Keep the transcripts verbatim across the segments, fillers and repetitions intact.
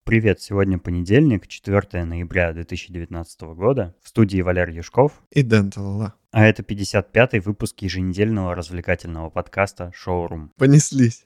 Привет, сегодня понедельник, четвёртое ноября две тысячи девятнадцатого года. В студии Валерий Юшков. И Дэн Талала. А это пятьдесят пятый выпуск еженедельного развлекательного подкаста «Шоурум». Понеслись.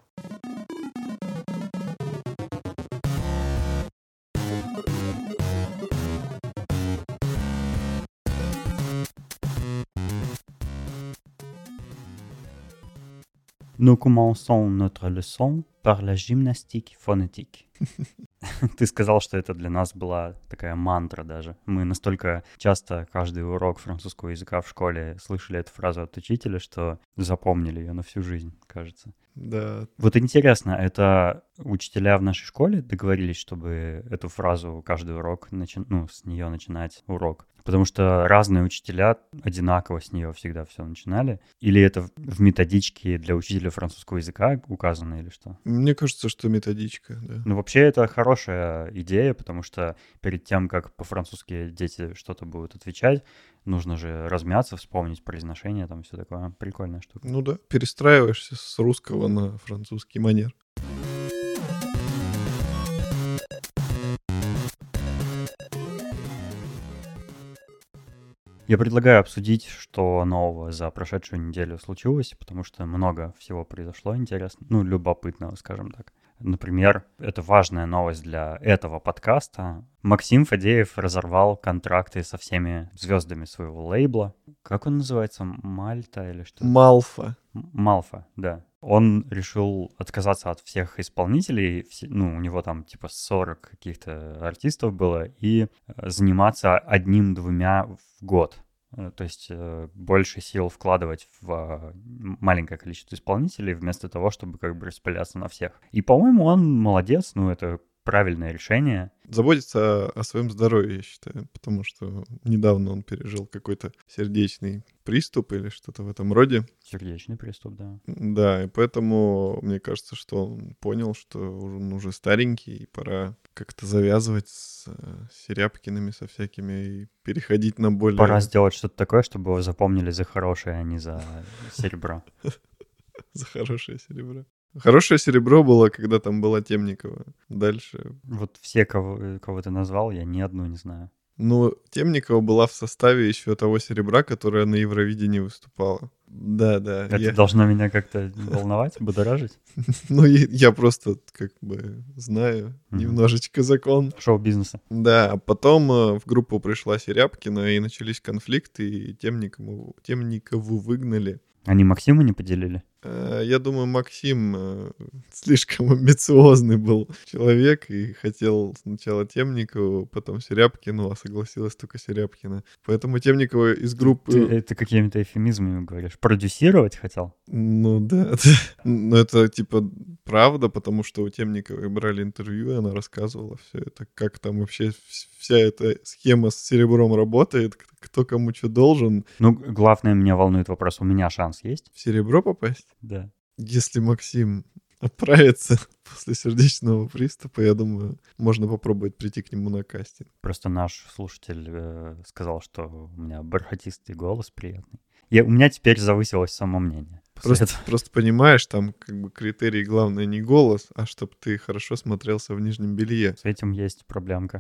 Nous commençons notre leçon par la gymnastique phonétique. Ты сказал, что это для нас была такая мантра даже. Мы настолько часто каждый урок французского языка в школе слышали эту фразу от учителя, что запомнили ее на всю жизнь, кажется. Да. Вот интересно, это учителя в нашей школе договорились, чтобы эту фразу каждый урок, начи... ну, с нее начинать урок? Потому что разные учителя одинаково с нее всегда все начинали. Или это в методичке для учителя французского языка указано, или что? Мне кажется, что методичка, да. Ну, вообще, это хорошая идея, потому что перед тем, как по-французски дети что-то будут отвечать, нужно же размяться, вспомнить произношение, там все такое. Прикольная штука. Ну да, перестраиваешься с русского на французский манер. Я предлагаю обсудить, что нового за прошедшую неделю случилось, потому что много всего произошло интересно, ну, любопытного, скажем так. Например, это важная новость для этого подкаста. Максим Фадеев разорвал контракты со всеми звездами своего лейбла. Как он называется? Мальта или что? Малфа. Малфа, да. Он решил отказаться от всех исполнителей, ну, у него там типа сорок каких-то артистов было, и заниматься одним-двумя в год. То есть больше сил вкладывать в маленькое количество исполнителей, вместо того, чтобы как бы распыляться на всех. И, по-моему, он молодец, ну, это правильное решение. Заботиться о своем здоровье, я считаю, потому что недавно он пережил какой-то сердечный приступ или что-то в этом роде. Сердечный приступ, да. Да, и поэтому мне кажется, что он понял, что он уже старенький, и пора как-то завязывать с Серябкиными, со всякими, и переходить на более... Пора сделать что-то такое, чтобы его запомнили за хорошее, а не за серебро. За хорошее серебро. Хорошее серебро было, когда там была Темникова. Дальше... Вот все, кого, кого ты назвал, я ни одну не знаю. Ну, Темникова была в составе еще того серебра, которое на Евровидении выступала. Да, да. Это я... должно меня как-то волновать, будоражить? Ну, я просто как бы знаю немножечко закон. Шоу-бизнеса. Да, а потом в группу пришла Серябкина, и начались конфликты, и Темникову, Темникову выгнали. Они Максима не поделили? Я думаю, Максим слишком амбициозный был человек и хотел сначала Темникову, потом Серябкину, а согласилась только Серябкина. Поэтому Темникова из группы... Ты это какими-то эвфемизмами говоришь. Продюсировать хотел? Ну да, но это типа правда, потому что у Темниковой брали интервью, и она рассказывала все это, как там вообще вся эта схема с серебром работает, кто кому что должен. Ну, главное, меня волнует вопрос, у меня шанс есть? В серебро попасть? Да. Если Максим отправится после сердечного приступа, я думаю, можно попробовать прийти к нему на кастинг. Просто наш слушатель э, сказал, что у меня бархатистый голос приятный. Я, у меня теперь завысилось самомнение. Просто, просто понимаешь, там как бы критерий главное не голос, а чтобы ты хорошо смотрелся в нижнем белье. С этим есть проблемка.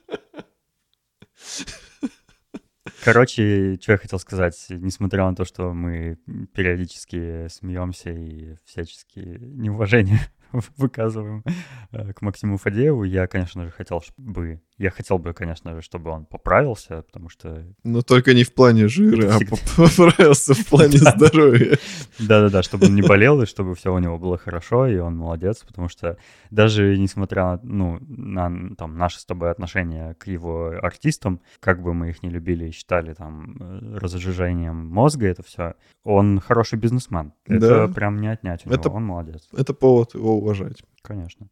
Короче, что я хотел сказать, несмотря на то, что мы периодически смеемся и всячески неуважение выказываем к Максиму Фадееву, я, конечно же, хотел бы, я хотел бы, конечно же, чтобы он поправился, потому что... Но только не в плане жира, а поправился в плане здоровья. Да-да-да, чтобы он не болел, и чтобы все у него было хорошо, и он молодец, потому что даже несмотря на, ну, на там, наши с тобой отношения к его артистам, как бы мы их не любили и считали там разжижением мозга, это все, он хороший бизнесмен. Это да. прям не отнять у него, это, он молодец. Это повод его уважать. Конечно.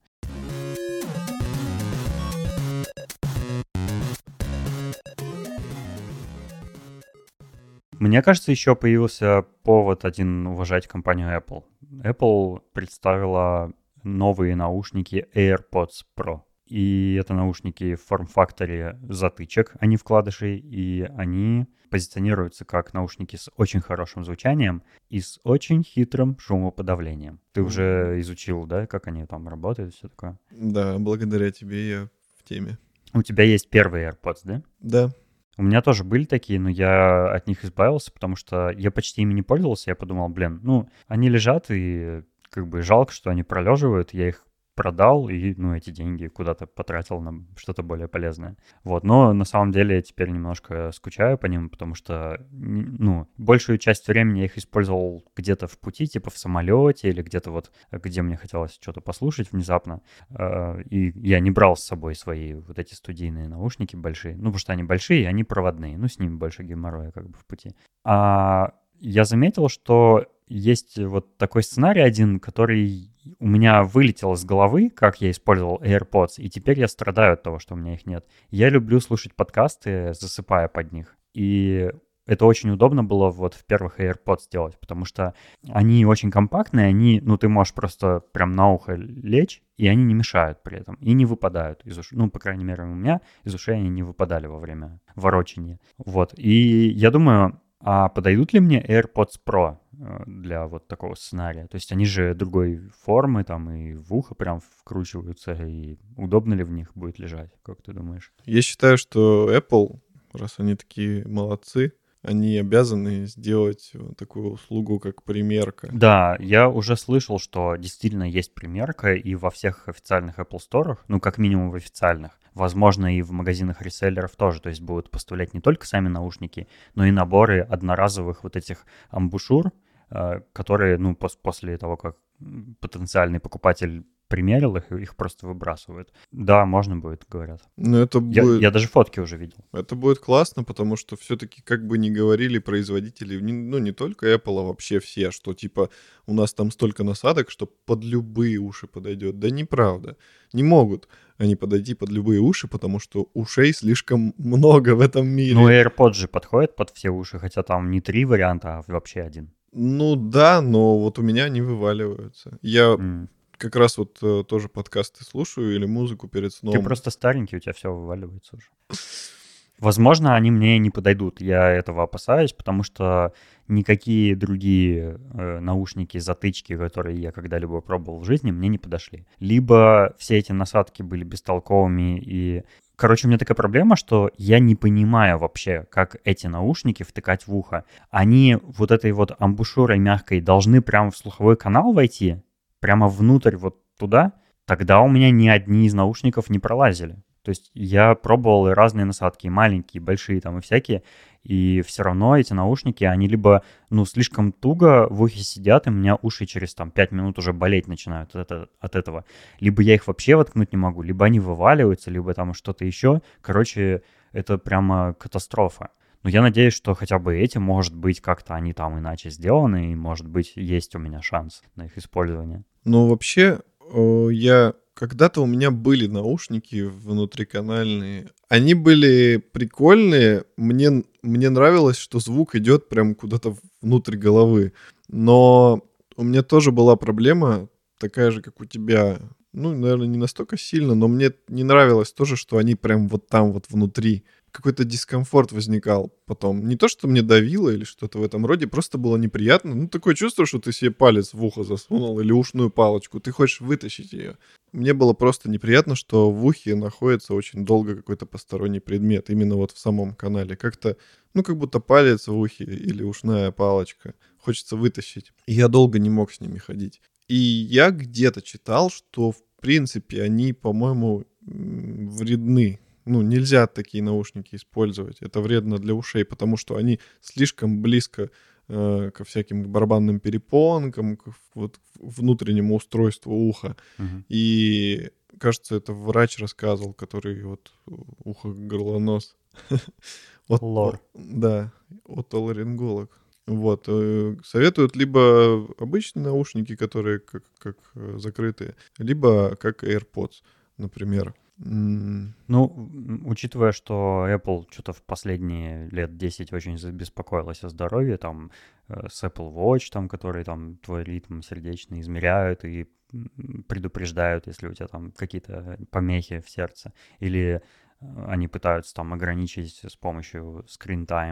Мне кажется, еще появился повод один уважать компанию Apple. Apple представила новые наушники AirPods Pro. И это наушники в форм-факторе затычек, а не вкладышей. И они позиционируются как наушники с очень хорошим звучанием и с очень хитрым шумоподавлением. Ты уже изучил, да, как они там работают и все такое? Да, благодаря тебе я теме. У тебя есть первые AirPods, да? Да. У меня тоже были такие, но я от них избавился, потому что я почти ими не пользовался. Я подумал, блин, ну, они лежат, и как бы жалко, что они пролеживают. Я их продал и, ну, эти деньги куда-то потратил на что-то более полезное. Вот, но на самом деле я теперь немножко скучаю по ним, потому что, ну, большую часть времени я их использовал где-то в пути, типа в самолете или где-то вот, где мне хотелось что-то послушать внезапно. И я не брал с собой свои вот эти студийные наушники большие, ну, потому что они большие, и они проводные, ну, с ними больше геморроя как бы в пути. А я заметил, что есть вот такой сценарий один, который у меня вылетел из головы, как я использовал AirPods, и теперь я страдаю от того, что у меня их нет. Я люблю слушать подкасты, засыпая под них. И это очень удобно было вот в первых AirPods делать, потому что они очень компактные, они, ну, ты можешь просто прям на ухо лечь, и они не мешают при этом, и не выпадают из ушей. Ну, по крайней мере, у меня из ушей они не выпадали во время ворочания. Вот, и я думаю, а подойдут ли мне AirPods Pro для вот такого сценария? То есть они же другой формы, там и в ухо прям вкручиваются, и удобно ли в них будет лежать? Как ты думаешь? Я считаю, что Apple, раз они такие молодцы, они обязаны сделать такую услугу, как примерка. Да, я уже слышал, что действительно есть примерка и во всех официальных Apple Store, ну, как минимум в официальных. Возможно, и в магазинах реселлеров тоже. То есть будут поставлять не только сами наушники, но и наборы одноразовых вот этих амбушюр, которые, ну, пос- после того, как потенциальный покупатель примерил их, их просто выбрасывают. Да, можно будет, говорят. Но это Я, будет... я даже фотки уже видел. Это будет классно, потому что все-таки, как бы ни говорили производители, не- ну не только Apple, а вообще все, что типа у нас там столько насадок, что под любые уши подойдет. Да неправда. Не могут они подойти под любые уши, потому что ушей слишком много в этом мире. Ну, AirPods же подходит под все уши, хотя там не три варианта, а вообще один. Ну да, но вот у меня они вываливаются. Я Mm. как раз вот э, тоже подкасты слушаю или музыку перед сном. Ты просто старенький, у тебя все вываливается уже. Возможно, они мне не подойдут. Я этого опасаюсь, потому что никакие другие э, наушники, затычки, которые я когда-либо пробовал в жизни, мне не подошли. Либо все эти насадки были бестолковыми и... Короче, у меня такая проблема, что я не понимаю вообще, как эти наушники втыкать в ухо. Они вот этой вот амбушюрой мягкой должны прямо в слуховой канал войти, прямо внутрь вот туда, тогда у меня ни одни из наушников не пролазили. То есть я пробовал и разные насадки, и маленькие, и большие там, и всякие, и все равно эти наушники, они либо, ну, слишком туго в ухе сидят, и у меня уши через там пять минут уже болеть начинают от, это, от этого, либо я их вообще воткнуть не могу, либо они вываливаются, либо там что-то еще. Короче, это прямо катастрофа. Но я надеюсь, что хотя бы эти, может быть, как-то они там иначе сделаны, и, может быть, есть у меня шанс на их использование. Ну, вообще, э, я... Когда-то у меня были наушники внутриканальные. Они были прикольные. Мне, мне нравилось, что звук идет прям куда-то внутрь головы. Но у меня тоже была проблема, такая же, как у тебя. Ну, наверное, не настолько сильно, но мне не нравилось тоже, что они прям вот там вот внутри. Какой-то дискомфорт возникал потом. Не то, что мне давило или что-то в этом роде, просто было неприятно. Ну, такое чувство, что ты себе палец в ухо засунул или ушную палочку, ты хочешь вытащить ее. Мне было просто неприятно, что в ухе находится очень долго какой-то посторонний предмет, именно вот в самом канале. Как-то, ну, как будто палец в ухе или ушная палочка. Хочется вытащить. И я долго не мог с ними ходить. И я где-то читал, что, в принципе, они, по-моему, вредны. Ну, нельзя такие наушники использовать. Это вредно для ушей, потому что они слишком близко э, ко всяким барабанным перепонкам, к вот, внутреннему устройству уха. Угу. И, кажется, это врач рассказывал, который вот ухо, горло, нос. Лор. Да, отоларинголог. Вот. Советуют либо обычные наушники, которые как, как закрытые, либо как AirPods, например. Ну, учитывая, что Apple что-то в последние лет десять очень беспокоилась о здоровье, там, с Apple Watch, там, который там твой ритм сердечный измеряют и предупреждают, если у тебя там какие-то помехи в сердце, или они пытаются там ограничить с помощью screen time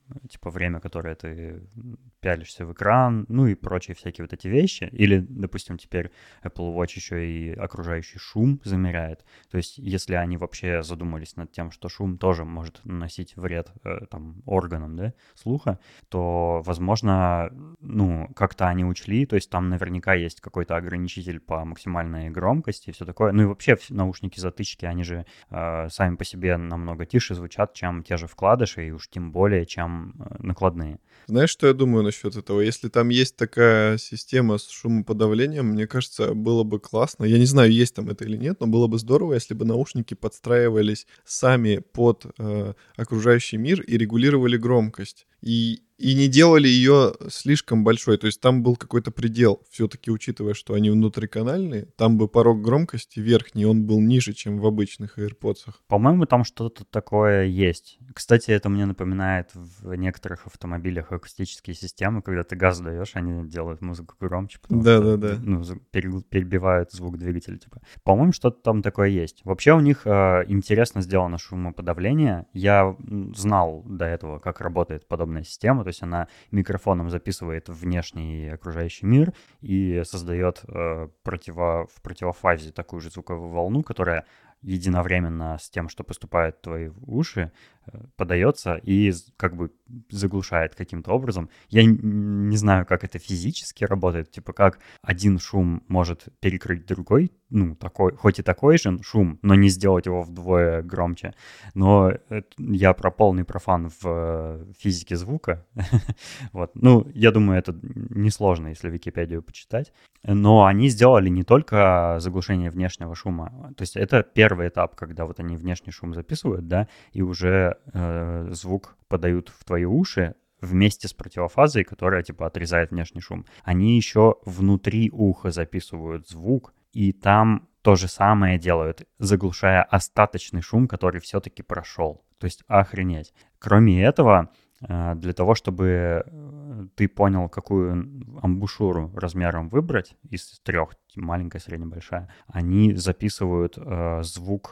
типа время, которое ты пялишься в экран, ну и прочие всякие вот эти вещи. Или, допустим, теперь Apple Watch еще и окружающий шум замеряет. То есть если они вообще задумались над тем, что шум тоже может наносить вред э, там органам, да, слуха, то, возможно, ну, как-то они учли, то есть там наверняка есть какой-то ограничитель по максимальной громкости и все такое. Ну и вообще наушники-затычки, они же э, сами по себе намного тише звучат, чем те же вкладыши, и уж тем более, чем э, накладные. Знаешь, что я думаю насчет этого? Если там есть такая система с шумоподавлением, мне кажется, было бы классно. Я не знаю, есть там это или нет, но было бы здорово, если бы наушники подстраивались сами под э, окружающий мир и регулировали громкость. И, и не делали ее слишком большой. То есть там был какой-то предел. Все-таки, учитывая, что они внутриканальные, там бы порог громкости верхний, он был ниже, чем в обычных AirPods. По-моему, там что-то такое есть. Кстати, это мне напоминает в некоторых автомобилях акустические системы, когда ты газ даешь, они делают музыку громче, потому да, что да, да. Ну, перебивают звук двигателя. Типа. По-моему, что-то там такое есть. Вообще у них э, интересно сделано шумоподавление. Я знал до этого, как работает подобная система, то есть она микрофоном записывает внешний окружающий мир и создает э, противо, в противофазе такую же звуковую волну, которая единовременно с тем, что поступает в твои уши, подается и как бы заглушает каким-то образом. Я не знаю, как это физически работает, типа как один шум может перекрыть другой, ну, такой, хоть и такой же шум, но не сделать его вдвое громче. Но я про полный профан в физике звука. Вот. Ну, я думаю, это несложно, если Википедию почитать. Но они сделали не только заглушение внешнего шума. То есть это первый этап, когда вот они внешний шум записывают, да, и уже э, звук подают в твои уши вместе с противофазой, которая типа отрезает внешний шум. Они еще внутри уха записывают звук, и там то же самое делают, заглушая остаточный шум, который все-таки прошел. То есть охренеть. Кроме этого, для того, чтобы ты понял, какую амбушюру размером выбрать из трех, маленькая, средняя, большая, они записывают э, звук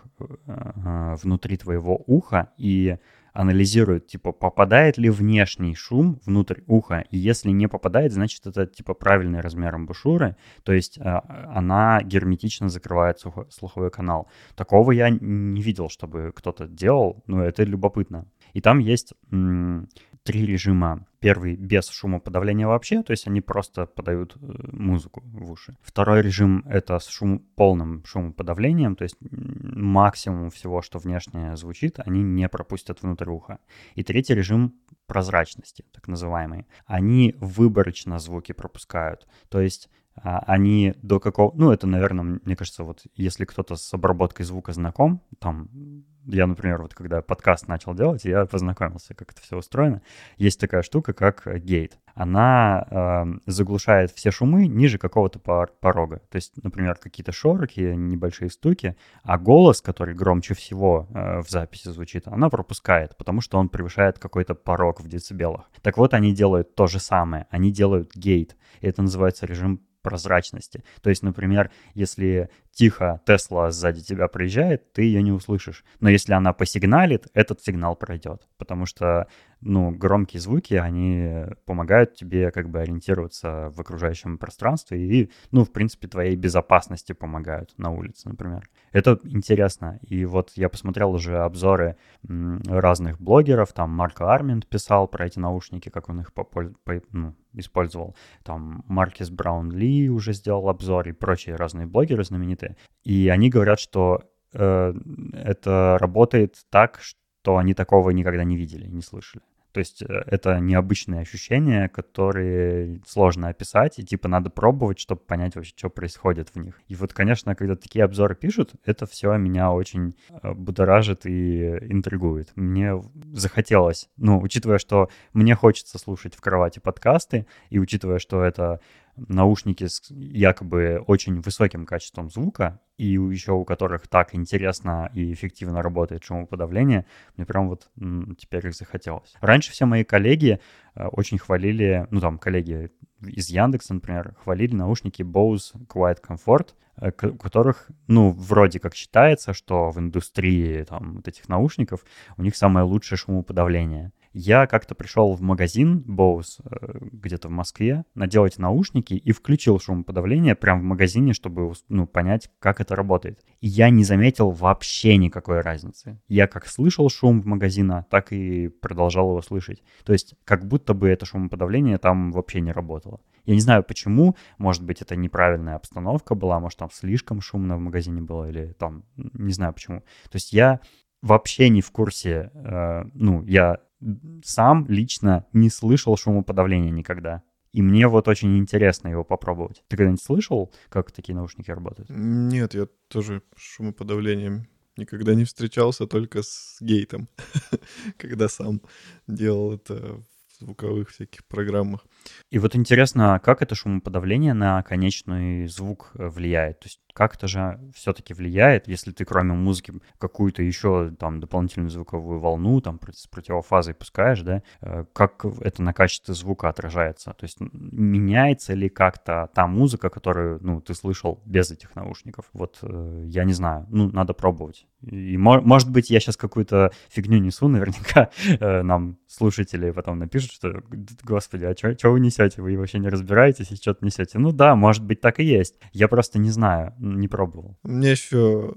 э, внутри твоего уха и анализируют, типа, попадает ли внешний шум внутрь уха, и если не попадает, значит, это, типа, правильный размер амбушюры, то есть э, она герметично закрывает сухо- слуховой канал. Такого я не видел, чтобы кто-то делал, но это любопытно. И там есть м- три режима. Первый без шумоподавления вообще, то есть они просто подают э, музыку в уши. Второй режим — это с шум, полным шумоподавлением, то есть максимум всего, что внешне звучит, они не пропустят внутрь уха. И третий режим прозрачности, так называемый. Они выборочно звуки пропускают, то есть а, они до какого... Ну, это, наверное, мне кажется, вот если кто-то с обработкой звука знаком, там... Я, например, вот когда подкаст начал делать, я познакомился, как это все устроено. Есть такая штука, как гейт. Она э, заглушает все шумы ниже какого-то порога. То есть, например, какие-то шорохи, небольшие стуки, а голос, который громче всего э, в записи звучит, она пропускает, потому что он превышает какой-то порог в децибелах. Так вот, они делают то же самое. Они делают гейт. И это называется режим прозрачности. То есть, например, если тихо Тесла сзади тебя проезжает, ты ее не услышишь. Но если она посигналит, этот сигнал пройдет. Потому что, ну, громкие звуки, они помогают тебе как бы ориентироваться в окружающем пространстве и, ну, в принципе, твоей безопасности помогают на улице, например. Это интересно. И вот я посмотрел уже обзоры м, разных блогеров. Там Марко Армент писал про эти наушники, как он их пополь... по... ну, использовал. Там Маркис Браун-Ли уже сделал обзор и прочие разные блогеры знаменитые. И они говорят, что э, это работает так, что они такого никогда не видели, не слышали. То есть это необычные ощущения, которые сложно описать, и типа надо пробовать, чтобы понять вообще, что происходит в них. И вот, конечно, когда такие обзоры пишут, это все меня очень будоражит и интригует. Мне захотелось, ну, учитывая, что мне хочется слушать в кровати подкасты, и учитывая, что это наушники с якобы очень высоким качеством звука, и еще у которых так интересно и эффективно работает шумоподавление, мне прям вот м, теперь их захотелось. Раньше все мои коллеги э, очень хвалили, ну там коллеги из Яндекса, например, хвалили наушники Bose Quiet Comfort, э, к- у которых, ну, вроде как считается, что в индустрии там вот этих наушников у них самое лучшее шумоподавление. Я как-то пришел в магазин Bose э, где-то в Москве надел эти наушники и включил шумоподавление прямо в магазине, чтобы ну, понять, как это работает. И я не заметил вообще никакой разницы. Я как слышал шум в магазине, так и продолжал его слышать. То есть как будто бы это шумоподавление там вообще не работало. Я не знаю почему, может быть, это неправильная обстановка была, может, там слишком шумно в магазине было, или там, не знаю почему. То есть я вообще не в курсе, э, ну, я сам лично не слышал шумоподавления никогда. И мне вот очень интересно его попробовать. Ты когда-нибудь слышал, как такие наушники работают? Нет, я тоже с шумоподавлением никогда не встречался, только с гейтом, когда сам делал это в звуковых всяких программах. И вот интересно, как это шумоподавление на конечный звук влияет? То есть как это же все-таки влияет, если ты кроме музыки какую-то еще там дополнительную звуковую волну там с противофазой пускаешь, да? Как это на качестве звука отражается? То есть меняется ли как-то та музыка, которую, ну, ты слышал без этих наушников? Вот я не знаю, ну, надо пробовать. И может быть, я сейчас какую-то фигню несу, наверняка нам слушатели потом напишут, что, господи, а что вы несете? Вы вообще не разбираетесь и что-то несете. Ну да, может быть, так и есть. Я просто не знаю, не пробовал. У меня еще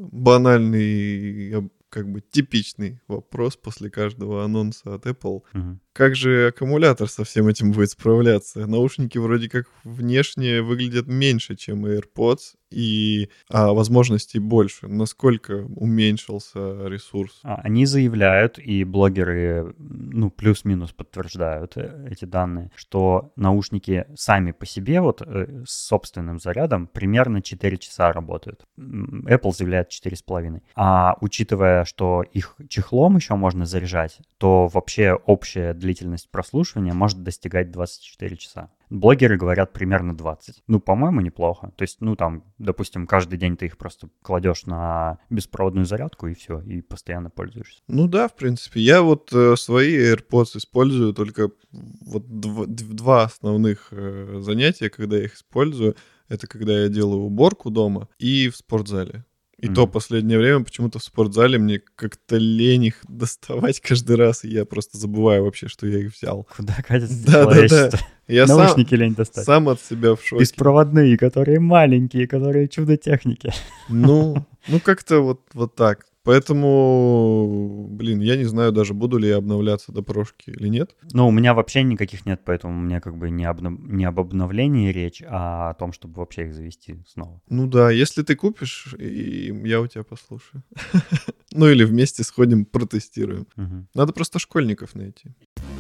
банальный, как бы типичный вопрос после каждого анонса от Apple. Угу. Как же аккумулятор со всем этим будет справляться? Наушники вроде как внешне выглядят меньше, чем AirPods, и а, возможностей больше. Насколько уменьшился ресурс? Они заявляют, и блогеры, ну, плюс-минус подтверждают эти данные, что наушники сами по себе вот с собственным зарядом примерно четыре часа работают. Apple заявляет четыре с половиной. А учитывая, что их чехлом еще можно заряжать, то вообще общая длительность прослушивания может достигать двадцать четыре часа. Блогеры говорят примерно двадцать. Ну, по-моему, неплохо. То есть, ну, там, допустим, каждый день ты их просто кладешь на беспроводную зарядку и все, и постоянно пользуешься. Ну да, в принципе. Я вот э, свои AirPods использую только вот дв- два основных э, занятия, когда я их использую. Это когда я делаю уборку дома и в спортзале. И mm-hmm. то последнее время почему-то в спортзале мне как-то лень их доставать каждый раз, и я просто забываю вообще, что я их взял. Куда катится да, да, да. Я Наушники сам, лень достать. Сам от себя в шоке. Беспроводные, которые маленькие, которые чудо техники. Ну, ну как-то вот, вот так. Поэтому, блин, я не знаю даже, буду ли я обновляться до прошки или нет. Ну, у меня вообще никаких нет, поэтому у меня как бы не, обнов... не об обновлении речь, а о том, чтобы вообще их завести снова. Ну да, если ты купишь, и я у тебя послушаю. Ну или вместе сходим, протестируем. Надо просто школьников найти.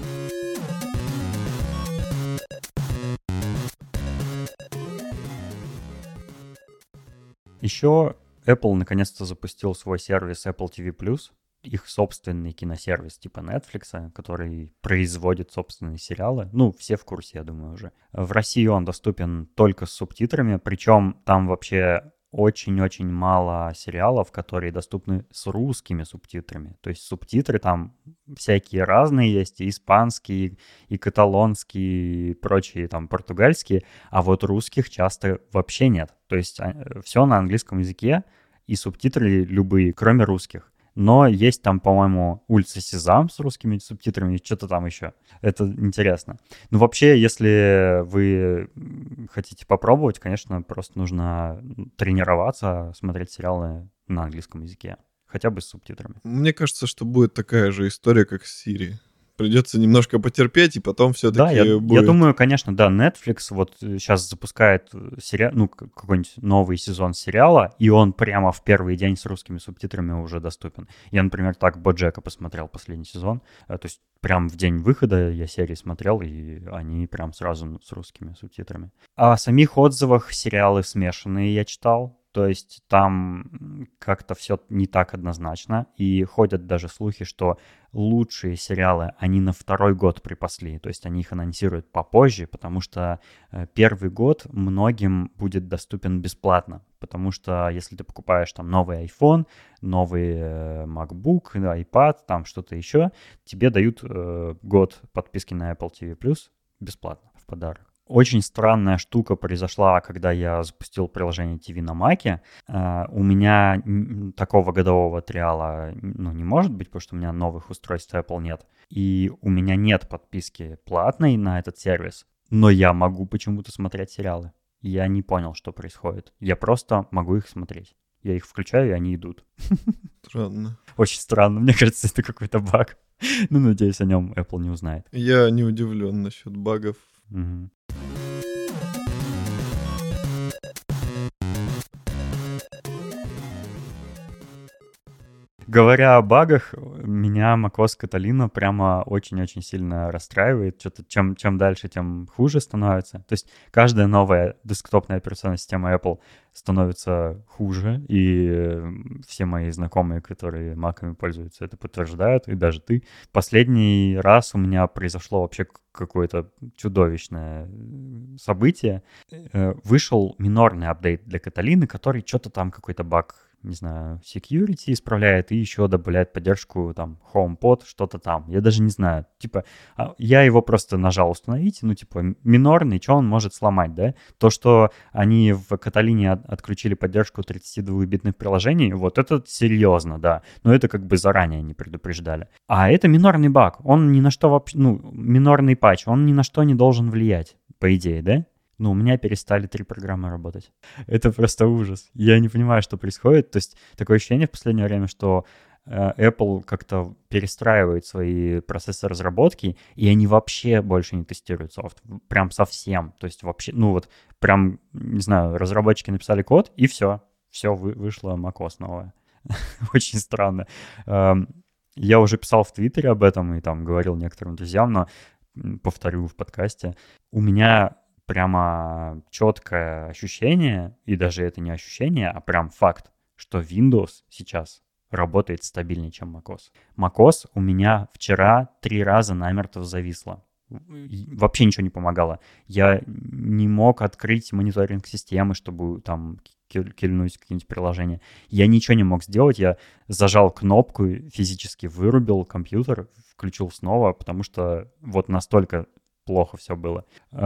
Еще Apple наконец-то запустил свой сервис Apple ти ви плюс, их собственный киносервис типа Netflix, который производит собственные сериалы. Ну, все в курсе, я думаю, уже. В России он доступен только с субтитрами, причем там вообще очень-очень мало сериалов, которые доступны с русскими субтитрами. То есть субтитры там всякие разные есть, и испанские, и каталонские, и прочие там португальские, а вот русских часто вообще нет. То есть все на английском языке, и субтитры любые, кроме русских. Но есть там, по-моему, «Улица Сезам» с русскими субтитрами, и что-то там еще. Это интересно. Ну, вообще, если вы хотите попробовать, конечно, просто нужно тренироваться, смотреть сериалы на английском языке. Хотя бы с субтитрами. Мне кажется, что будет такая же история, как с Siri. Придется немножко потерпеть, и потом все-таки да, я, будет... я думаю, конечно, да, Netflix вот сейчас запускает сериал, ну, какой-нибудь новый сезон сериала, и он прямо в первый день с русскими субтитрами уже доступен. Я, например, так BoJack посмотрел последний сезон, то есть прям в день выхода я серии смотрел, и они прям сразу с русскими субтитрами. О самих отзывах сериалы смешанные я читал. То есть там как-то все не так однозначно, и ходят даже слухи, что лучшие сериалы они на второй год припасли, то есть они их анонсируют попозже, потому что первый год многим будет доступен бесплатно, потому что если ты покупаешь там новый iPhone, новый MacBook, iPad, там что-то еще, тебе дают э, год подписки на Apple ти ви плюс бесплатно в подарок. очень странная штука произошла, когда я запустил приложение ти ви на Маке. Uh, у меня такого годового триала ну, не может быть, потому что у меня новых устройств Apple нет. И у меня нет подписки платной на этот сервис, но я могу почему-то смотреть сериалы. Я не понял, что происходит. Я просто могу их смотреть. Я их включаю, и они идут. Странно. Очень странно. Мне кажется, это какой-то баг. Ну, надеюсь, о нем Apple не узнает. Я не удивлен насчет багов. Угу. Говоря о багах, меня macOS Catalina прямо очень-очень сильно расстраивает. Что-то чем, чем дальше, тем хуже становится. То есть каждая новая десктопная операционная система Apple становится хуже, и все мои знакомые, которые маками пользуются, это подтверждают, и даже ты. Последний раз у меня произошло вообще какое-то чудовищное событие. Вышел минорный апдейт для Catalina, который что-то там какой-то баг, не знаю, security исправляет и еще добавляет поддержку там HomePod, что-то там. Я даже не знаю. Типа, я его просто нажал установить, ну, типа, минорный, что он может сломать, да? То, что они в Каталине от- отключили поддержку тридцатидвухбитных приложений, вот это серьезно, да. Но это как бы заранее не предупреждали. А это минорный баг. Он ни на что вообще, ну, минорный патч, он ни на что не должен влиять, по идее, да? Ну, у меня перестали три программы работать. Это просто ужас. Я не понимаю, что происходит. То есть такое ощущение в последнее время, что э, Apple как-то перестраивает свои процессы разработки, и они вообще больше не тестируют софт. Прям совсем. То есть вообще, ну вот прям, не знаю, разработчики написали код, и все. Все, вы, вышло macOS новое. Очень странно. Эм, я уже писал в Твиттере об этом и там говорил некоторым друзьям, но повторю в подкасте. У меня прямо четкое ощущение, и даже это не ощущение, а прям факт, что Windows сейчас работает стабильнее, чем macOS. macOS у меня вчера три раза намертво зависло. Вообще ничего не помогало. Я не мог открыть мониторинг системы, чтобы там кильнуть какие-нибудь приложения. Я ничего не мог сделать. Я зажал кнопку, физически вырубил компьютер, включил снова, потому что вот настолько плохо все было.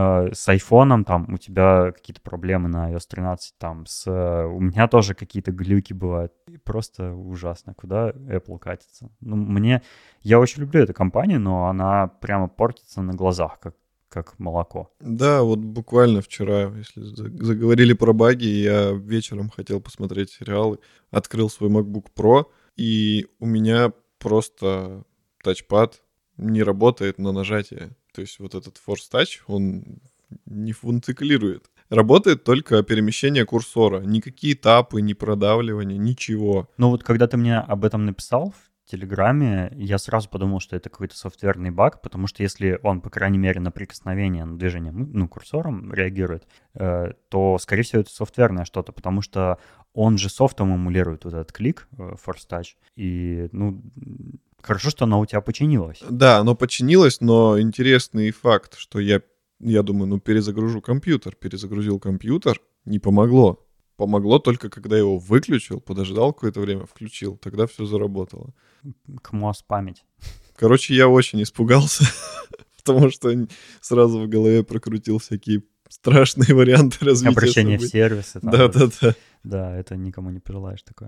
С айфоном там у тебя какие-то проблемы на ай о эс тринадцать, там с... у меня тоже какие-то глюки бывают. Просто ужасно, куда Apple катится. Ну, мне... Я очень люблю эту компанию, но она прямо портится на глазах, как, как молоко. Да, вот буквально вчера, если заговорили про баги, я вечером хотел посмотреть сериалы, открыл свой MacBook Pro, и у меня просто тачпад не работает на нажатие. То есть вот этот Force Touch, он не функционирует. Работает только перемещение курсора. Никакие тапы, ни продавливания, ничего. Ну вот когда ты мне об этом написал в Телеграме, я сразу подумал, что это какой-то софтверный баг, потому что если он, по крайней мере, на прикосновение, на движение, ну, курсором реагирует, э, то, скорее всего, это софтверное что-то, потому что он же софтом эмулирует вот этот клик, э, Force Touch, и, ну... Хорошо, что оно у тебя починилось. Да, оно починилось, но интересный факт, что я, я думаю, ну перезагружу компьютер. Перезагрузил компьютер, не помогло. Помогло только, когда я его выключил, подождал какое-то время, включил. Тогда все заработало. КМОС память. Короче, я очень испугался, потому что сразу в голове прокрутил всякие страшные варианты развития Обращение в сервисы. Да-да-да. Да, это никому не пожелаешь такое.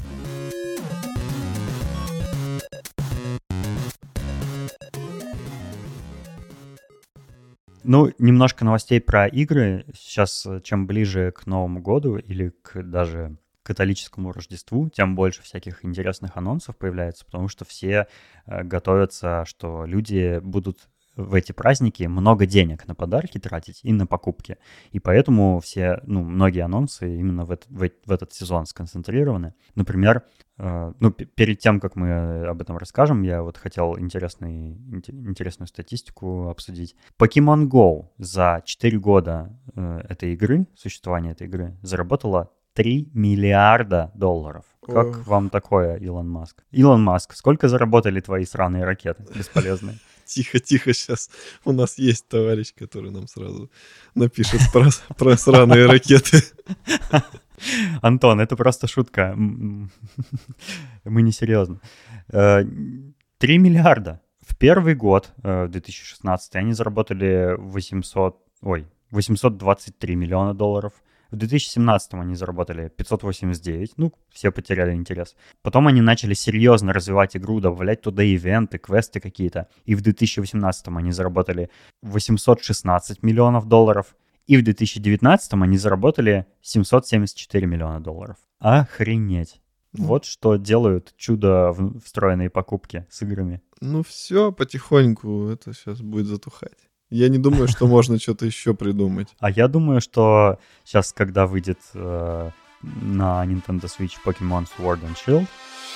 Ну, немножко новостей про игры. Сейчас, чем ближе к Новому году или к даже католическому Рождеству, тем больше всяких интересных анонсов появляется, потому что все э, готовятся, что люди будут в эти праздники много денег на подарки тратить и на покупки. И поэтому все, ну, многие анонсы именно в, этот, в, в этот сезон сконцентрированы. Например, э, ну, п- перед тем, как мы об этом расскажем, я вот хотел интересный, интересную статистику обсудить. Pokemon Go за четыре года э, этой игры, существования этой игры, заработала три миллиарда долларов. Как Ох. вам такое, Илон Маск? Илон Маск, сколько заработали твои сраные ракеты бесполезные? Тихо, тихо, сейчас у нас есть товарищ, который нам сразу напишет про, про сраные ракеты. Антон, это просто шутка. Мы не серьезно. Три миллиарда. В первый год, в две тысячи шестнадцатый, они заработали восемьсот, ой, восемьсот двадцать три миллиона долларов. В две тысячи семнадцатом они заработали пятьсот восемьдесят девять, ну, все потеряли интерес. Потом они начали серьезно развивать игру, добавлять туда ивенты, квесты какие-то. И в две тысячи восемнадцатом они заработали восемьсот шестнадцать миллионов долларов. И в две тысячи девятнадцатом они заработали семьсот семьдесят четыре миллиона долларов. Охренеть. Ну. Вот что делают чудо встроенные покупки с играми. Ну все, потихоньку это сейчас будет затухать. Я не думаю, что можно что-то еще придумать. А я думаю, что сейчас, когда выйдет э, на Nintendo Switch Pokemon Sword and Shield,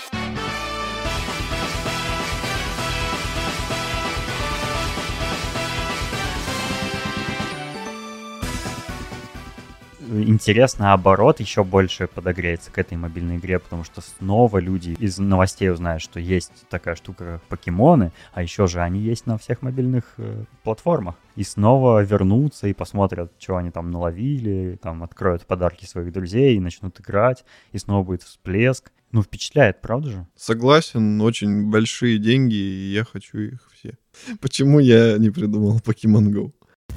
интерес, наоборот, еще больше подогреется к этой мобильной игре, потому что снова люди из новостей узнают, что есть такая штука, как покемоны, а еще же они есть на всех мобильных э, платформах. И снова вернутся и посмотрят, что они там наловили, там откроют подарки своих друзей и начнут играть, и снова будет всплеск. Ну, впечатляет, правда же? Согласен, очень большие деньги, и я хочу их все. Почему я не придумал Pokemon Go?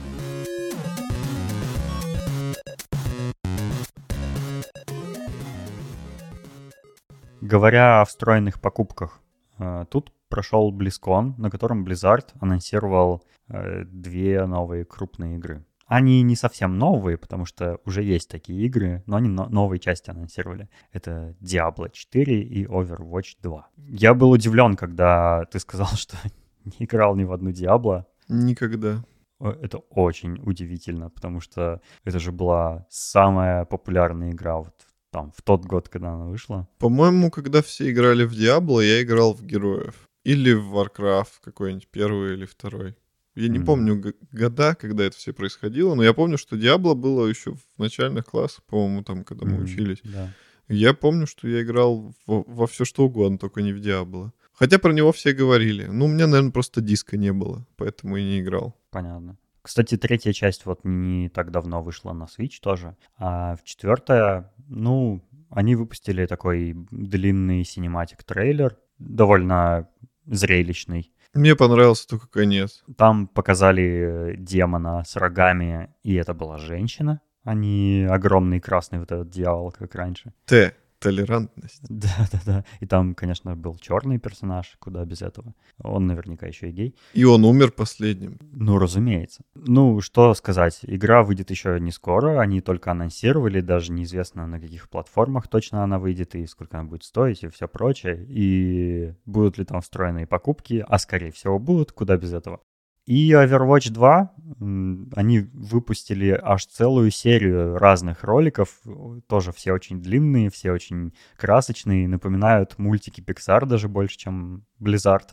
Говоря о встроенных покупках, тут прошел BlizzCon, на котором Blizzard анонсировал две новые крупные игры. Они не совсем новые, потому что уже есть такие игры, но они новые части анонсировали. Это Diablo четыре и Overwatch два. Я был удивлен, когда ты сказал, что не играл ни в одну Diablo. Никогда. Это очень удивительно, потому что это же была самая популярная игра вот там, в тот год, когда она вышла. По-моему, когда все играли в Diablo, я играл в Героев. Или в Warcraft какой-нибудь, первый или второй. Я не mm. помню г- года, когда это все происходило, но я помню, что Diablo было еще в начальных классах, по-моему, там, когда мы mm, учились. Да. Я помню, что я играл во, во все что угодно, только не в Diablo. Хотя про него все говорили. Ну, у меня, наверное, просто диска не было, поэтому и не играл. Понятно. Кстати, третья часть вот не так давно вышла на Switch тоже. А в четвертая, ну, они выпустили такой длинный синематик-трейлер, довольно зрелищный. Мне понравился только конец. Там показали демона с рогами, и это была женщина, а не огромный красный вот этот дьявол, как раньше. Т. Толерантность. Да-да-да. И там, конечно, был черный персонаж, куда без этого. Он наверняка еще и гей. И он умер последним. Ну, разумеется. Ну, что сказать, игра выйдет еще не скоро, они только анонсировали, даже неизвестно, на каких платформах точно она выйдет и сколько она будет стоить и все прочее. И будут ли там встроенные покупки, а скорее всего будут, куда без этого. И Overwatch два, они выпустили аж целую серию разных роликов, тоже все очень длинные, все очень красочные, напоминают мультики Pixar даже больше, чем Blizzard.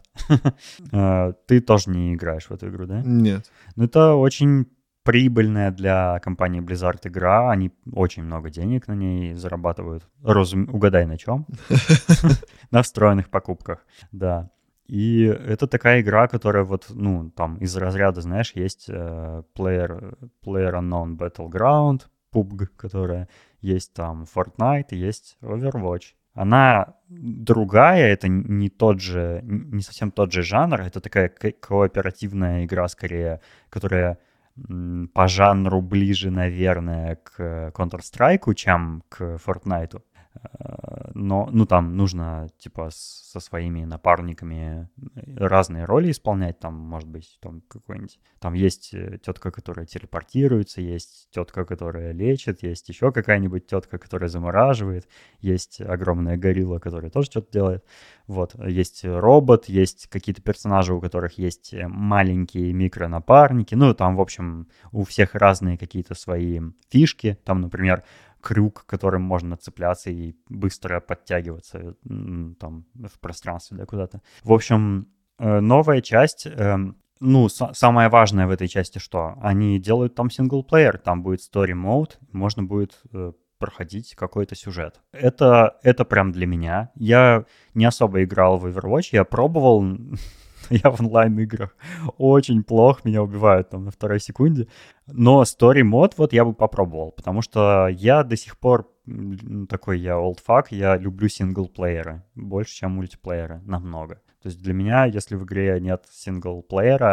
Ты тоже не играешь в эту игру, да? Нет. Ну, это очень прибыльная для компании Blizzard игра, они очень много денег на ней зарабатывают. Разум... Угадай на чем? На встроенных покупках, да. И это такая игра, которая вот, ну, там из разряда, знаешь, есть э, Player, PlayerUnknown Battleground, пи ю би джи, которая есть там Fortnite, есть Overwatch. Она другая, это не тот же, не совсем тот же жанр, это такая ко- кооперативная игра скорее, которая м, по жанру ближе, наверное, к Counter-Strike, чем к Fortnite. Но, ну, там нужно, типа, со своими напарниками разные роли исполнять. Там, может быть, там какой-нибудь... Там есть тетка, которая телепортируется, есть тетка, которая лечит, есть еще какая-нибудь тетка, которая замораживает, есть огромная горилла, которая тоже что-то делает. Вот, есть робот, есть какие-то персонажи, у которых есть маленькие микронапарники. Ну, там, в общем, у всех разные какие-то свои фишки. Там, например, крюк, которым можно цепляться и быстро подтягиваться там в пространстве, да, куда-то. В общем, новая часть, ну, самое важное в этой части что? Они делают там синглплеер, там будет story mode, можно будет проходить какой-то сюжет. Это, это прям для меня. Я не особо играл в Overwatch, я пробовал... Я в онлайн-играх очень плохо, меня убивают там на второй секунде. Но story мод вот я бы попробовал, потому что я до сих пор такой я олдфак, я люблю синглплееры больше, чем мультиплееры, намного. То есть для меня, если в игре нет синглплеера,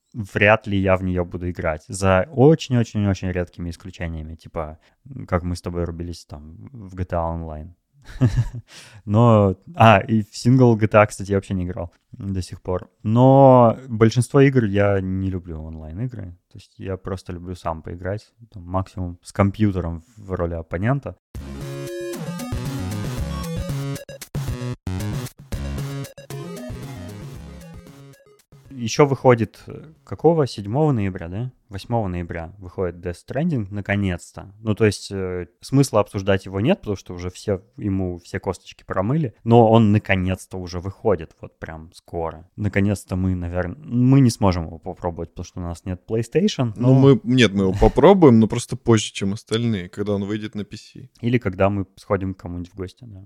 вряд ли я в нее буду играть. За очень-очень-очень редкими исключениями. Типа, как мы с тобой рубились там в джи ти эй Online. Но... А, и в сингл джи ти эй, кстати, я вообще не играл до сих пор. Но большинство игр я не люблю онлайн-игры. То есть я просто люблю сам поиграть. Там, максимум с компьютером в роли оппонента. Еще выходит какого? седьмого ноября, да? восьмого ноября выходит Death Stranding наконец-то. Ну, то есть э, смысла обсуждать его нет, потому что уже все, ему все косточки промыли. Но он наконец-то уже выходит, вот прям скоро. Наконец-то мы, наверное... Мы не сможем его попробовать, потому что у нас нет PlayStation. Но... Ну, мы... Нет, мы его попробуем, но просто позже, чем остальные, когда он выйдет на пи си. Или когда мы сходим к кому-нибудь в гости, да.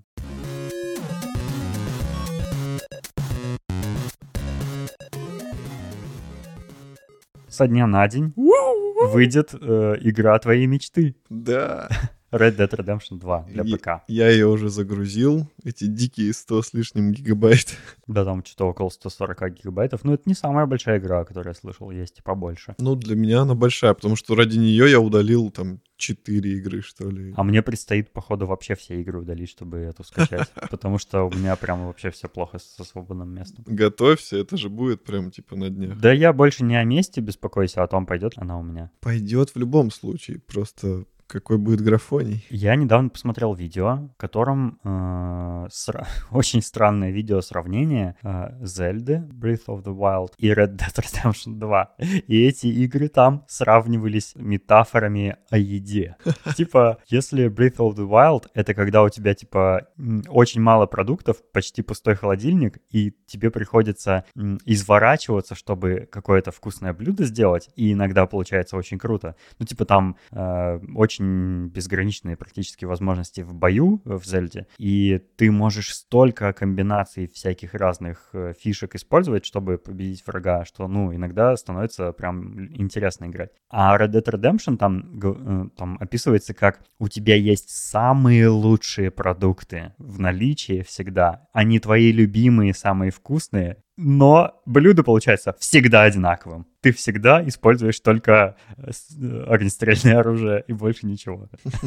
Со дня на день выйдет э, игра твоей мечты. Да. Red Dead Redemption два для Я- ПК. Я ее уже загрузил, эти дикие сто с лишним гигабайт. Да, там что-то около сто сорок гигабайтов. Но это не самая большая игра, которую я слышал, есть и побольше. Ну, для меня она большая, потому что ради нее я удалил там четыре игры, что ли. А мне предстоит, походу, вообще все игры удалить, чтобы эту скачать. Потому что у меня прям вообще все плохо со свободным местом. Готовься, это же будет прям типа на днях. Да я больше не о месте беспокоюсь, а о том, пойдет она у меня. Пойдет в любом случае, просто какой будет графоний. Я недавно посмотрел видео, в котором э, сра- очень странное видео сравнение э, Зельды Breath of the Wild и Red Dead Redemption два. И эти игры там сравнивались метафорами о еде. Типа, если Breath of the Wild — это когда у тебя, типа, м, очень мало продуктов, почти пустой холодильник, и тебе приходится м, изворачиваться, чтобы какое-то вкусное блюдо сделать, и иногда получается очень круто. Ну, типа, там э, очень безграничные практически возможности в бою в Зельде, и ты можешь столько комбинаций всяких разных э, фишек использовать, чтобы победить врага, что, ну, иногда становится прям интересно играть. А Red Dead Redemption там, г- э, там описывается как у тебя есть самые лучшие продукты в наличии всегда, они твои любимые, самые вкусные, но блюдо получается всегда одинаковым. Ты всегда используешь только э, с- э, огнестрельное оружие и больше ничего.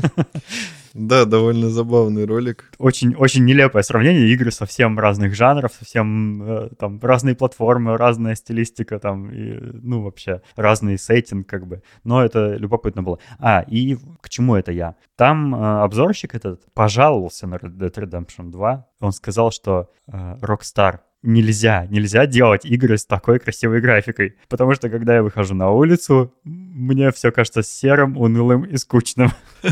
Да, довольно забавный ролик. Очень, очень нелепое сравнение. Игры совсем разных жанров, совсем э, там разные платформы, разная стилистика, там, и, ну, вообще разный сеттинг, как бы. Но это любопытно было. А, и к чему это я? Там э, обзорщик этот пожаловался на Red Dead Redemption два. Он сказал, что э, Rockstar нельзя, нельзя делать игры с такой красивой графикой. Потому что, когда я выхожу на улицу, мне все кажется серым, унылым и скучным.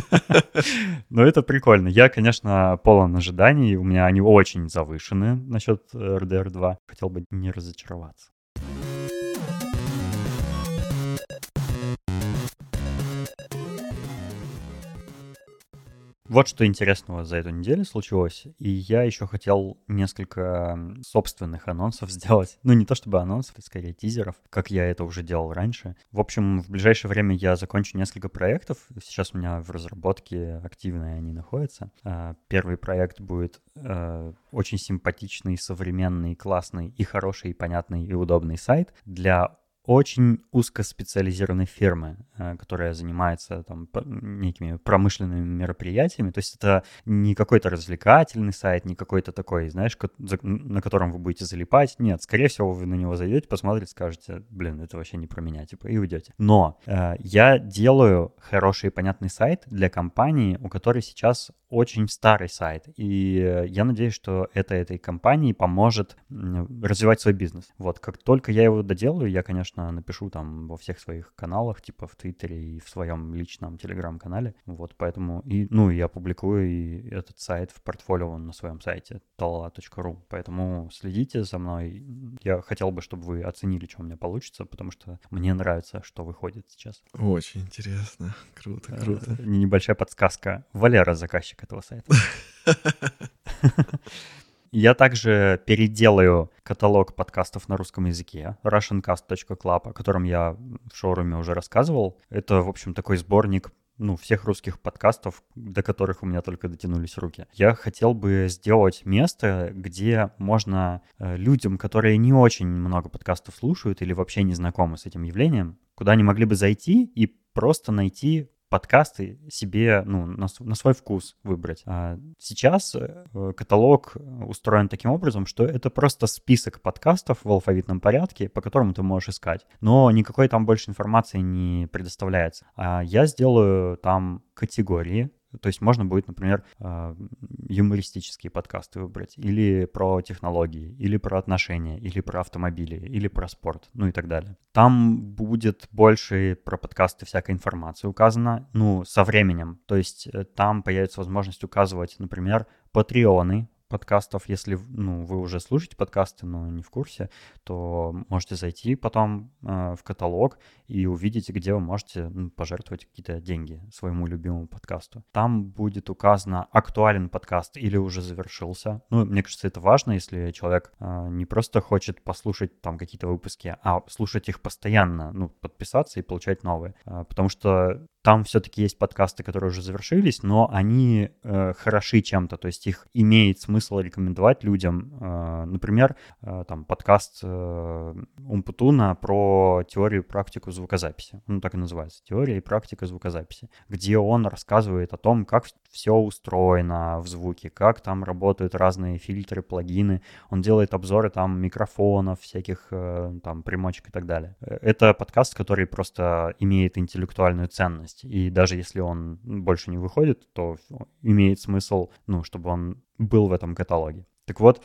Но это прикольно. Я, конечно, полон ожиданий. У меня они очень завышены насчет э, эр ди ар два. Хотел бы не разочароваться. Вот что интересного за эту неделю случилось. И я еще хотел несколько м, собственных анонсов сделать. Ну, не то чтобы анонсов, это скорее тизеров, как я это уже делал раньше. В общем, в ближайшее время я закончу несколько проектов. Сейчас у меня в разработке активные они находятся. А, Первый проект будет э, очень симпатичный, современный, классный и хороший, и понятный, и удобный сайт для очень узкоспециализированной фирмы, э, которая занимается там п- некими промышленными мероприятиями. То есть это не какой-то развлекательный сайт, не какой-то такой, знаешь, ко- за- на котором вы будете залипать. Нет, скорее всего, вы на него зайдете, посмотрите, скажете, блин, это вообще не про меня, типа, и уйдете. Но э, я делаю хороший и понятный сайт для компании, у которой сейчас очень старый сайт. И э, я надеюсь, что это этой компании поможет м, развивать свой бизнес. Вот, как только я его доделаю, я, конечно, напишу там во всех своих каналах, типа в Твиттере и в своем личном Телеграм-канале. Вот, поэтому, и, ну, и опубликую и этот сайт в портфолио на своем сайте талала точка ру. Поэтому следите за мной. Я хотел бы, чтобы вы оценили, что у меня получится, потому что мне нравится, что выходит сейчас. Очень интересно. Круто, круто. Э, Небольшая подсказка. Валера заказчик этого сайта. Я также переделаю каталог подкастов на русском языке russiancast точка club, о котором я в шоуруме уже рассказывал. Это, в общем, такой сборник ну, всех русских подкастов, до которых у меня только дотянулись руки. Я хотел бы сделать место, где можно э, людям, которые не очень много подкастов слушают или вообще не знакомы с этим явлением, куда они могли бы зайти и просто найти подкасты себе, ну, на, на свой вкус выбрать. А сейчас э, каталог устроен таким образом, что это просто список подкастов в алфавитном порядке, по которому ты можешь искать. Но никакой там больше информации не предоставляется. А я сделаю там категории. То есть можно будет, например, юмористические подкасты выбрать, или про технологии, или про отношения, или про автомобили, или про спорт, ну и так далее. Там будет больше про подкасты всякой информации указано, ну, со временем. То есть там появится возможность указывать, например, патреоны подкастов. Если, ну, вы уже слушаете подкасты, но не в курсе, то можете зайти потом э, в каталог и увидеть, где вы можете, ну, пожертвовать какие-то деньги своему любимому подкасту. Там будет указано, актуален подкаст или уже завершился. Ну, мне кажется, это важно, если человек э, не просто хочет послушать там какие-то выпуски, а слушать их постоянно, ну, подписаться и получать новые. Э, потому что там все-таки есть подкасты, которые уже завершились, но они э, хороши чем-то, то есть их имеет смысл рекомендовать людям. Э, например, э, там подкаст э, Умпутуна про теорию и практику звукозаписи. Он так и называется, теория и практика звукозаписи, где он рассказывает о том, как все устроено в звуке, как там работают разные фильтры, плагины. Он делает обзоры там микрофонов, всяких э, там примочек и так далее. Это подкаст, который просто имеет интеллектуальную ценность. И даже если он больше не выходит, то имеет смысл, ну, чтобы он был в этом каталоге. Так вот,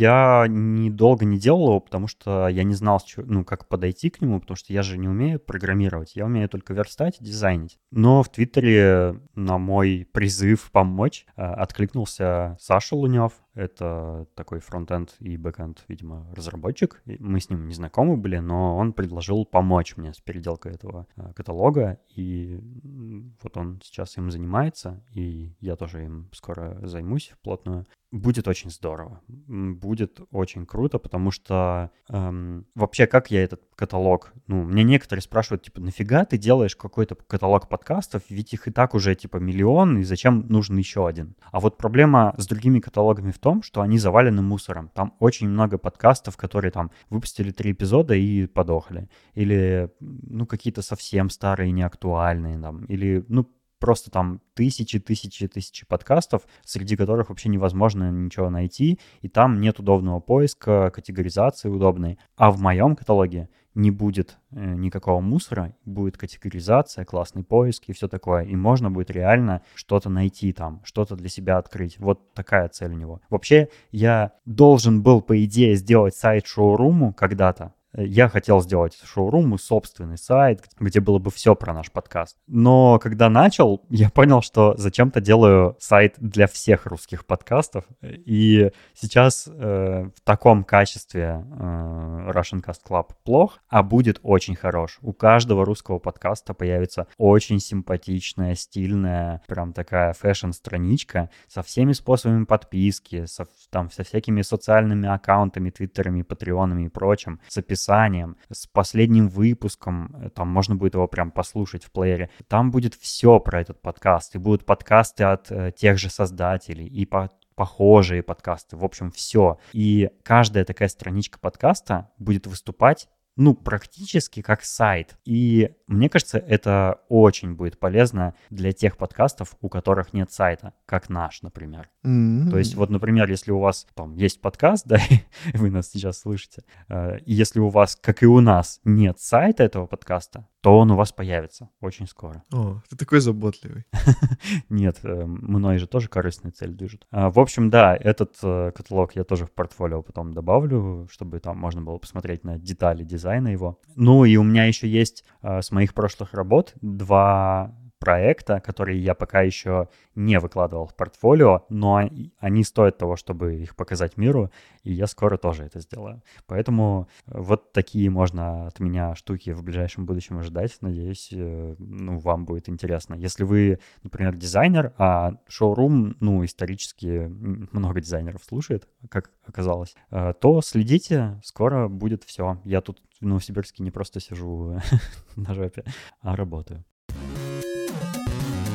я недолго не делал его, потому что я не знал, ну, как подойти к нему, потому что я же не умею программировать, я умею только верстать и дизайнить. Но в Твиттере на мой призыв помочь откликнулся Саша Лунев. Это такой фронтенд и бэкенд, видимо, разработчик. Мы с ним не знакомы были, но он предложил помочь мне с переделкой этого каталога. И вот он сейчас им занимается, и я тоже им скоро займусь вплотную. Будет очень здорово. Будет очень круто, потому что эм, вообще, как я этот каталог... Ну, мне некоторые спрашивают, типа, нафига ты делаешь какой-то каталог подкастов, ведь их и так уже, типа, миллион, и зачем нужен еще один? А вот проблема с другими каталогами в том, что они завалены мусором. Там очень много подкастов, которые там выпустили три эпизода и подохли. Или, ну, какие-то совсем старые, неактуальные, там, или, ну, просто там тысячи, тысячи, тысячи подкастов, среди которых вообще невозможно ничего найти, и там нет удобного поиска, категоризации удобной. А в моем каталоге не будет э, никакого мусора, будет категоризация, классный поиск и все такое. И можно будет реально что-то найти там, что-то для себя открыть. Вот такая цель у него. Вообще, я должен был, по идее, сделать сайт шоуруму когда-то. Я хотел сделать шоуруму собственный сайт, где было бы все про наш подкаст. Но когда начал, я понял, что зачем-то делаю сайт для всех русских подкастов. И сейчас э, в таком качестве э, Russian Cast Club плох, а будет очень хорош. У каждого русского подкаста появится очень симпатичная, стильная, прям такая фэшн-страничка со всеми способами подписки, со, там, со всякими социальными аккаунтами, твиттерами, патреонами и прочим, с описанием, с последним выпуском, там можно будет его прям послушать в плеере. Там будет все про этот подкаст, и будут подкасты от э, тех же создателей, и по похожие подкасты, в общем, все. И каждая такая страничка подкаста будет выступать, ну, практически как сайт. И мне кажется, это очень будет полезно для тех подкастов, у которых нет сайта, как наш, например. Mm-hmm. То есть вот, например, если у вас там есть подкаст, да, и вы нас сейчас слышите, э, и если у вас, как и у нас, нет сайта этого подкаста, то он у вас появится очень скоро. О, ты такой заботливый. Нет, э, мной же тоже корыстная цель движет. А, в общем, да, этот э, каталог я тоже в портфолио потом добавлю, чтобы там можно было посмотреть на детали дизайна его. Ну и у меня еще есть э, с моих прошлых работ два проекта, которые я пока еще не выкладывал в портфолио, но они стоят того, чтобы их показать миру, и я скоро тоже это сделаю. Поэтому вот такие можно от меня штуки в ближайшем будущем ожидать. Надеюсь, ну, вам будет интересно. Если вы, например, дизайнер, а шоурум, ну, исторически много дизайнеров слушает, как оказалось, то следите, скоро будет все. Я тут в Новосибирске не просто сижу на жопе, а работаю.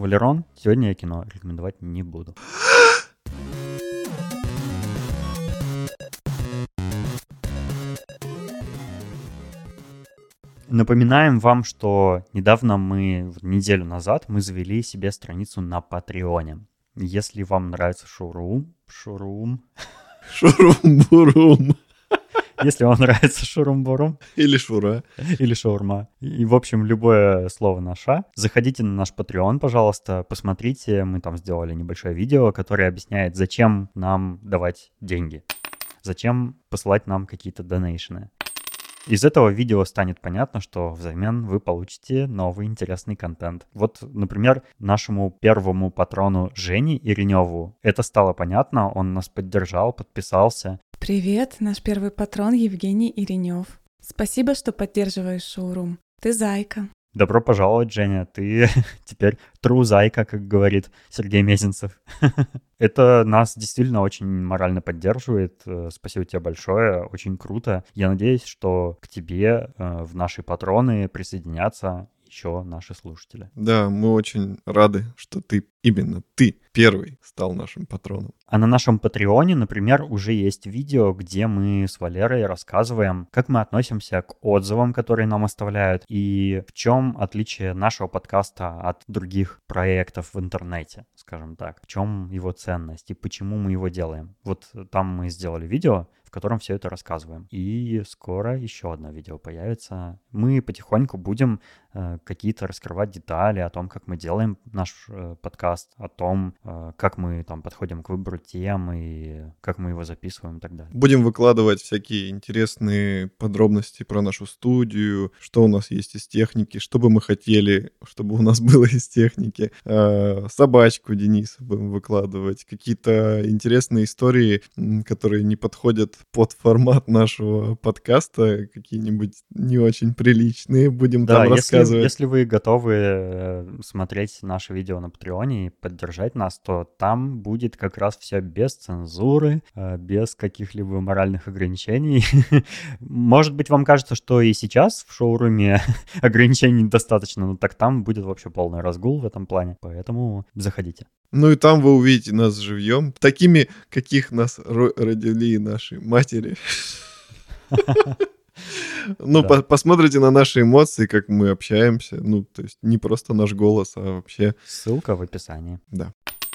Валерон, сегодня я кино рекомендовать не буду. Напоминаем вам, что недавно мы, неделю назад, мы завели себе страницу на Патреоне. Если вам нравится шоурум, шоурум, Шурум-бурум. если вам нравится шурум-бурум Или шура. или шаурма, и, в общем, любое слово наша, заходите на наш Patreon, пожалуйста, посмотрите, мы там сделали небольшое видео, которое объясняет, зачем нам давать деньги, зачем посылать нам какие-то донейшены. Из этого видео станет понятно, что взамен вы получите новый интересный контент. Вот, например, нашему первому патрону Жене Ириневу это стало понятно, он нас поддержал, подписался. Привет, наш первый патрон Евгений Иринев. Спасибо, что поддерживаешь шоурум. Ты зайка. Добро пожаловать, Женя, ты теперь true зайка, как говорит Сергей Мезенцев. Это нас действительно очень морально поддерживает. Спасибо тебе большое, очень круто. Я надеюсь, что к тебе в наши патроны присоединятся еще наши слушатели. Да, мы очень рады, что ты, именно ты, первый стал нашим патроном. А на нашем Патреоне, например, уже есть видео, где мы с Валерой рассказываем, как мы относимся к отзывам, которые нам оставляют, и в чем отличие нашего подкаста от других проектов в интернете, скажем так. В чем его ценность и почему мы его делаем. Вот там мы сделали видео, в котором все это рассказываем. И скоро еще одно видео появится. Мы потихоньку будем э, какие-то раскрывать детали о том, как мы делаем наш э, подкаст, о том, э, как мы там подходим к выбору тем и как мы его записываем и так далее. Будем выкладывать всякие интересные подробности про нашу студию, что у нас есть из техники, что бы мы хотели, чтобы у нас было из техники. Э, собачку Дениса будем выкладывать, какие-то интересные истории, которые не подходят под формат нашего подкаста, какие-нибудь не очень приличные, будем Да, там если, рассказывать. если вы готовы э, смотреть наше видео на Патреоне и поддержать нас, то там будет как раз все без цензуры, э, без каких-либо моральных ограничений. Может быть, вам кажется, что и сейчас в шоуруме ограничений достаточно, но так там будет вообще полный разгул в этом плане, поэтому заходите. Ну и там вы увидите нас живьем, такими, каких нас ро- родили наши матери. Ну, Да. по- посмотрите на наши эмоции, как мы общаемся. Ну, то есть не просто наш голос, а вообще, Ссылка в описании. да.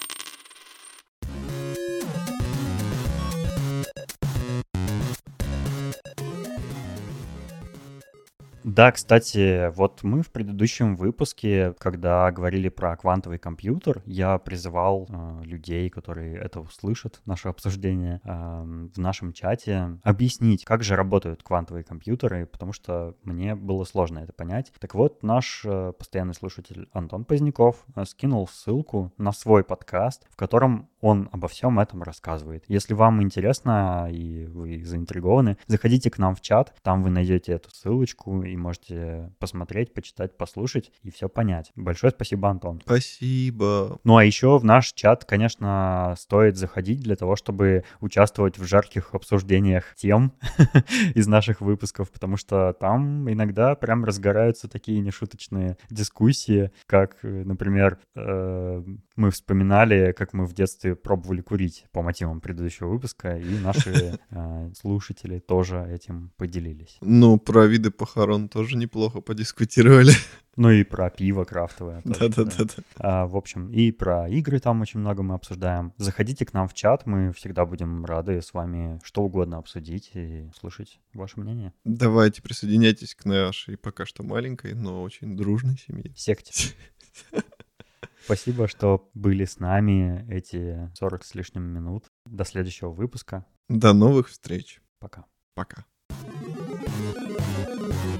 Да, кстати, вот мы в предыдущем выпуске, когда говорили про квантовый компьютер, я призывал э, людей, которые это услышат, наше обсуждение, э, в нашем чате, объяснить, как же работают квантовые компьютеры, потому что мне было сложно это понять. Так вот, наш э, постоянный слушатель Антон Поздняков э, скинул ссылку на свой подкаст, в котором он обо всем этом рассказывает. Если вам интересно и вы заинтригованы, заходите к нам в чат, там вы найдете эту ссылочку и можете посмотреть, почитать, послушать и все понять. Большое спасибо, Антон. Спасибо. Ну а еще в наш чат, конечно, стоит заходить для того, чтобы участвовать в жарких обсуждениях тем из наших выпусков, потому что там иногда прям разгораются такие нешуточные дискуссии, как, например, э, мы вспоминали, как мы в детстве пробовали курить по мотивам предыдущего выпуска, и наши э, слушатели тоже этим поделились. Ну, про виды похорон тоже неплохо подискутировали. Ну и про пиво крафтовое. тоже, Да-да-да. А, в общем, и про игры там очень много мы обсуждаем. Заходите к нам в чат, мы всегда будем рады с вами что угодно обсудить и слышать ваше мнение. Давайте присоединяйтесь к нашей пока что маленькой, но очень дружной семье. Секте. Спасибо, что были с нами эти сорок с лишним минут. До следующего выпуска. До новых встреч. Пока. Пока.